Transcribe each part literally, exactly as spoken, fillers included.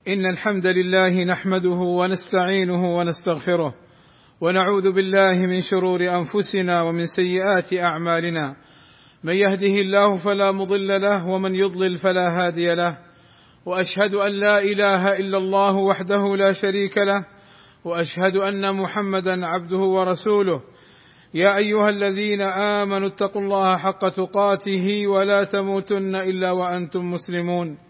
إن الحمد لله نحمده ونستعينه ونستغفره، ونعوذ بالله من شرور أنفسنا ومن سيئات أعمالنا. من يهده الله فلا مضل له، ومن يضلل فلا هادي له. وأشهد أن لا إله إلا الله وحده لا شريك له، وأشهد أن محمدا عبده ورسوله. يا أيها الذين آمنوا اتقوا الله حق تقاته ولا تموتن إلا وأنتم مسلمون.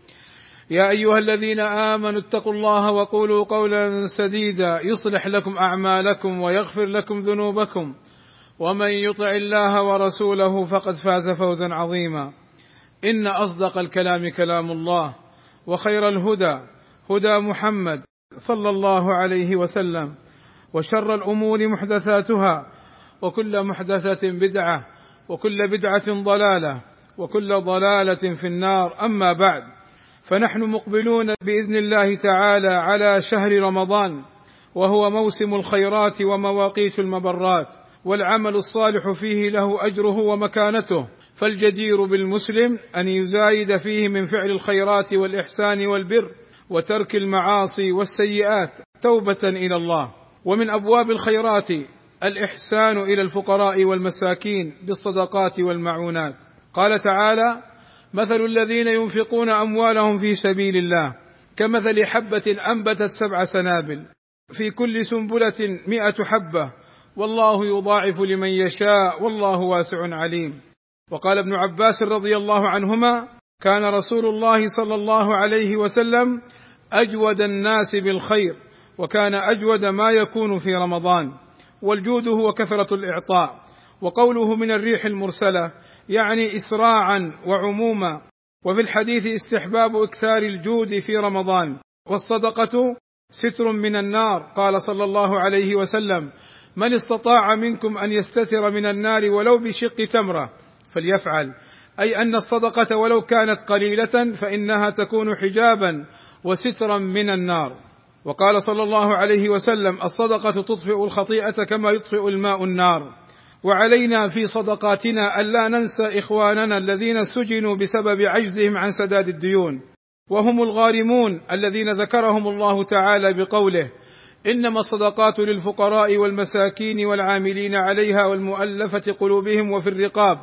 يا أيها الذين آمنوا اتقوا الله وقولوا قولا سديدا يصلح لكم أعمالكم ويغفر لكم ذنوبكم، ومن يطع الله ورسوله فقد فاز فوزا عظيما. إن أصدق الكلام كلام الله، وخير الهدى هدى محمد صلى الله عليه وسلم، وشر الأمور محدثاتها، وكل محدثة بدعة، وكل بدعة ضلالة، وكل ضلالة في النار. أما بعد، فنحن مقبلون بإذن الله تعالى على شهر رمضان، وهو موسم الخيرات ومواقيت المبرات، والعمل الصالح فيه له أجره ومكانته، فالجدير بالمسلم أن يزايد فيه من فعل الخيرات والإحسان والبر، وترك المعاصي والسيئات توبة إلى الله. ومن أبواب الخيرات الإحسان إلى الفقراء والمساكين بالصدقات والمعونات. قال تعالى: مثل الذين ينفقون أموالهم في سبيل الله كمثل حبة أنبتت سبع سنابل في كل سنبلة مئة حبة، والله يضاعف لمن يشاء، والله واسع عليم. وقال ابن عباس رضي الله عنهما: كان رسول الله صلى الله عليه وسلم أجود الناس بالخير، وكان أجود ما يكون في رمضان. والجود هو كثرة الإعطاء، وقوله من الريح المرسلة يعني إسراعا وعموما. وفي الحديث استحباب إكثار الجود في رمضان. والصدقة ستر من النار. قال صلى الله عليه وسلم: من استطاع منكم أن يستتر من النار ولو بشق تمرة فليفعل، أي أن الصدقة ولو كانت قليلة فإنها تكون حجابا وسترا من النار. وقال صلى الله عليه وسلم: الصدقة تطفئ الخطيئة كما يطفئ الماء النار. وعلينا في صدقاتنا ألا ننسى إخواننا الذين سجنوا بسبب عجزهم عن سداد الديون، وهم الغارمون الذين ذكرهم الله تعالى بقوله: إنما الصدقات للفقراء والمساكين والعاملين عليها والمؤلفة قلوبهم وفي الرقاب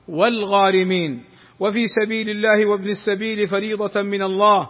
والغارمين وفي سبيل الله وابن السبيل فريضة من الله،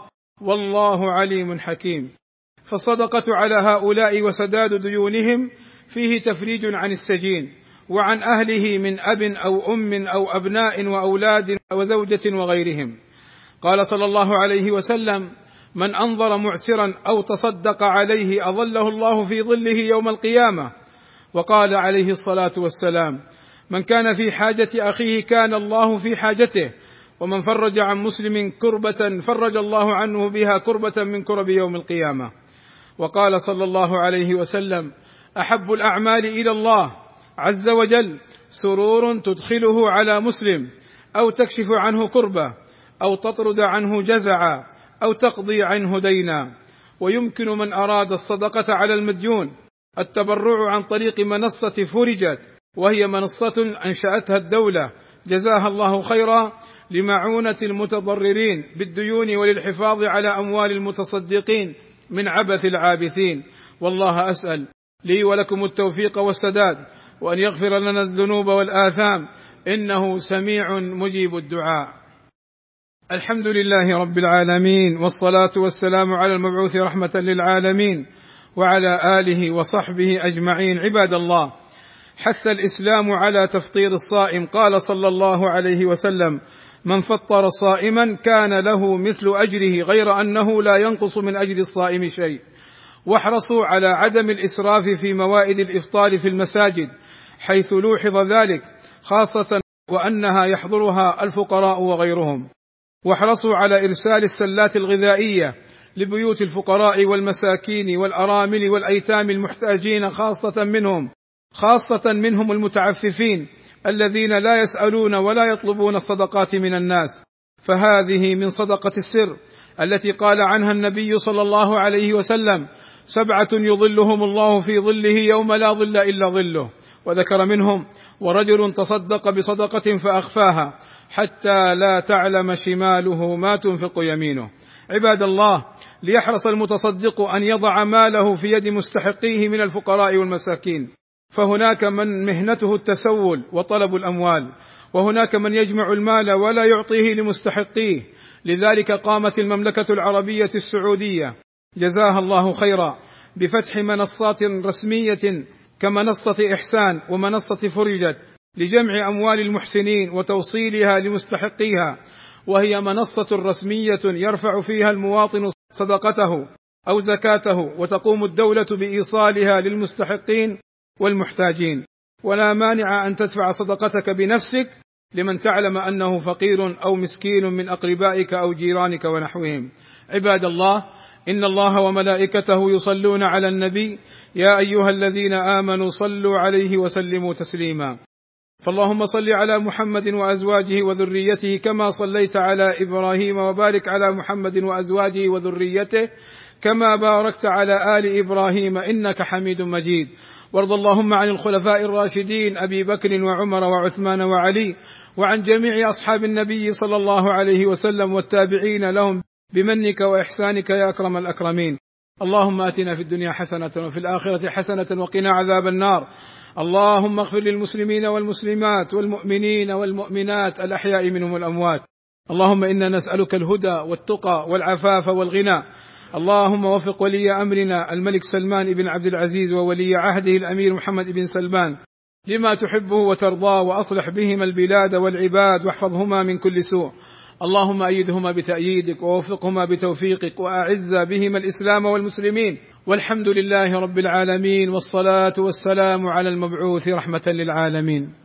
والله عليم حكيم. فالصدقة على هؤلاء وسداد ديونهم فيه تفريج عن السجين وعن أهله من أب أو أم أو أبناء وأولاد وزوجة وغيرهم. قال صلى الله عليه وسلم: من أنظر معسرا أو تصدق عليه أظله الله في ظله يوم القيامة. وقال عليه الصلاة والسلام: من كان في حاجة أخيه كان الله في حاجته، ومن فرج عن مسلم كربة فرج الله عنه بها كربة من كرب يوم القيامة. وقال صلى الله عليه وسلم: أحب الأعمال إلى الله عز وجل سرور تدخله على مسلم، أو تكشف عنه كربة، أو تطرد عنه جزعا، أو تقضي عنه دينا. ويمكن من أراد الصدقة على المديون التبرع عن طريق منصة فرجت، وهي منصة أنشأتها الدولة جزاها الله خيرا لمعونة المتضررين بالديون وللحفاظ على أموال المتصدقين من عبث العابثين. والله أسأل لي ولكم التوفيق والسداد، وأن يغفر لنا الذنوب والآثام، إنه سميع مجيب الدعاء. الحمد لله رب العالمين، والصلاة والسلام على المبعوث رحمة للعالمين، وعلى آله وصحبه أجمعين. عباد الله، حث الإسلام على تفطير الصائم. قال صلى الله عليه وسلم: من فطر صائما كان له مثل أجره غير أنه لا ينقص من أجر الصائم شيء. واحرصوا على عدم الإسراف في موائد الإفطار في المساجد حيث لوحظ ذلك، خاصة وأنها يحضرها الفقراء وغيرهم. واحرصوا على إرسال السلات الغذائية لبيوت الفقراء والمساكين والأرامل والأيتام المحتاجين، خاصة منهم خاصة منهم المتعففين الذين لا يسألون ولا يطلبون الصدقات من الناس، فهذه من صدقة السر التي قال عنها النبي صلى الله عليه وسلم: سبعة يظلهم الله في ظله يوم لا ظل إلا ظله. وذكر منهم: ورجل تصدق بصدقة فأخفاها حتى لا تعلم شماله ما تنفق يمينه. عباد الله، ليحرص المتصدق أن يضع ماله في يد مستحقيه من الفقراء والمساكين، فهناك من مهنته التسول وطلب الأموال، وهناك من يجمع المال ولا يعطيه لمستحقيه. لذلك قامت المملكة العربية السعودية جزاها الله خيرا بفتح منصات رسمية كمنصة إحسان ومنصة فرجت لجمع أموال المحسنين وتوصيلها لمستحقيها، وهي منصة رسمية يرفع فيها المواطن صدقته أو زكاته، وتقوم الدولة بإيصالها للمستحقين والمحتاجين. ولا مانع أن تدفع صدقتك بنفسك لمن تعلم أنه فقير أو مسكين من أقربائك أو جيرانك ونحوهم. عباد الله، إن الله وملائكته يصلون على النبي، يا أيها الذين آمنوا صلوا عليه وسلموا تسليما. فاللهم صل على محمد وأزواجه وذريته كما صليت على إبراهيم، وبارك على محمد وأزواجه وذريته كما باركت على آل إبراهيم إنك حميد مجيد. وارض اللهم عن الخلفاء الراشدين أبي بكر وعمر وعثمان وعلي، وعن جميع أصحاب النبي صلى الله عليه وسلم والتابعين لهم بمنك وإحسانك يا أكرم الأكرمين. اللهم آتنا في الدنيا حسنة وفي الآخرة حسنة وقنا عذاب النار. اللهم اغفر للمسلمين والمسلمات والمؤمنين والمؤمنات الأحياء منهم والأموات. اللهم إنا نسألك الهدى والتقى والعفاف والغنى. اللهم وفق ولي أمرنا الملك سلمان بن عبد العزيز وولي عهده الأمير محمد بن سلمان لما تحبه وترضاه، وأصلح بهما البلاد والعباد، واحفظهما من كل سوء. اللهم أيدهما بتأييدك ووفقهما بتوفيقك، وأعز بهما الإسلام والمسلمين. والحمد لله رب العالمين، والصلاة والسلام على المبعوث رحمة للعالمين.